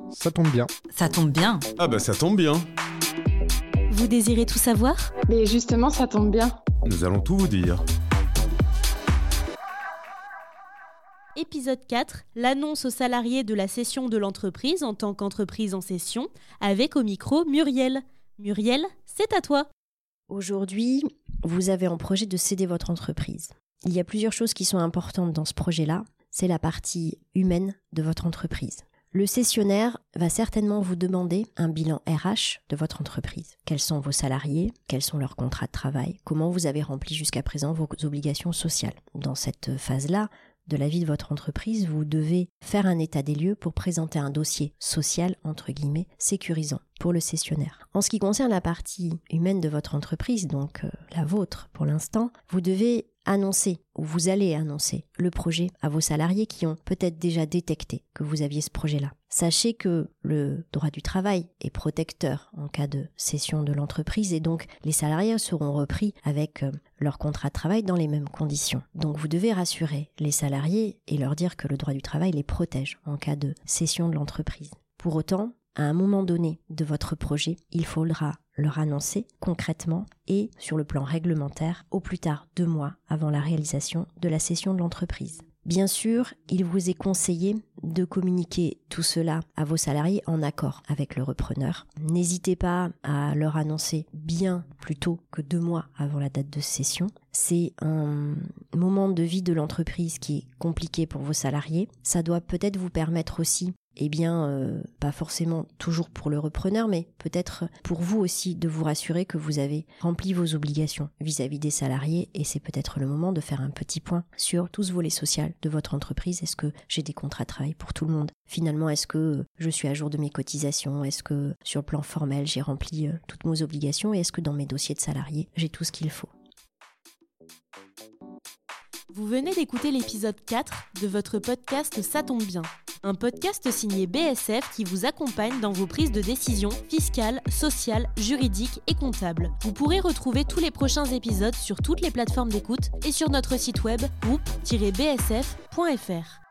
Ça tombe bien. Ça tombe bien. Ah bah ça tombe bien. Vous désirez tout savoir ? Mais justement, ça tombe bien. Nous allons tout vous dire. Épisode 4, l'annonce aux salariés de la cession de l'entreprise en tant qu'entreprise en cession, avec au micro Muriel. Muriel, c'est à toi. Aujourd'hui, vous avez en projet de céder votre entreprise. Il y a plusieurs choses qui sont importantes dans ce projet-là. C'est la partie humaine de votre entreprise. Le cessionnaire va certainement vous demander un bilan RH de votre entreprise. Quels sont vos salariés? Quels sont leurs contrats de travail? Comment vous avez rempli jusqu'à présent vos obligations sociales? Dans cette phase-là de la vie de votre entreprise, vous devez faire un état des lieux pour présenter un dossier social, entre guillemets, sécurisant pour le cessionnaire. En ce qui concerne la partie humaine de votre entreprise, donc la vôtre pour l'instant, vous devez annoncer, ou vous allez annoncer, le projet à vos salariés qui ont peut-être déjà détecté que vous aviez ce projet-là. Sachez que le droit du travail est protecteur en cas de cession de l'entreprise et donc les salariés seront repris avec leur contrat de travail dans les mêmes conditions. Donc vous devez rassurer les salariés et leur dire que le droit du travail les protège en cas de cession de l'entreprise. Pour autant, à un moment donné de votre projet, il faudra leur annoncer concrètement et sur le plan réglementaire au plus tard 2 mois avant la réalisation de la cession de l'entreprise. Bien sûr, il vous est conseillé de communiquer tout cela à vos salariés en accord avec le repreneur. N'hésitez pas à leur annoncer bien plus tôt que 2 mois avant la date de cession. C'est un moment de vie de l'entreprise qui est compliqué pour vos salariés. Ça doit peut-être vous permettre aussi pas forcément toujours pour le repreneur, mais peut-être pour vous aussi de vous rassurer que vous avez rempli vos obligations vis-à-vis des salariés et c'est peut-être le moment de faire un petit point sur tout ce volet social de votre entreprise. Est-ce que j'ai des contrats de travail pour tout le monde? Finalement, est-ce que je suis à jour de mes cotisations? Est-ce que sur le plan formel, j'ai rempli toutes mes obligations? Et est-ce que dans mes dossiers de salariés, j'ai tout ce qu'il faut? Vous venez d'écouter l'épisode 4 de votre podcast Ça tombe bien. Un podcast signé BSF qui vous accompagne dans vos prises de décision fiscales, sociales, juridiques et comptables. Vous pourrez retrouver tous les prochains épisodes sur toutes les plateformes d'écoute et sur notre site web groupe-bsf.fr.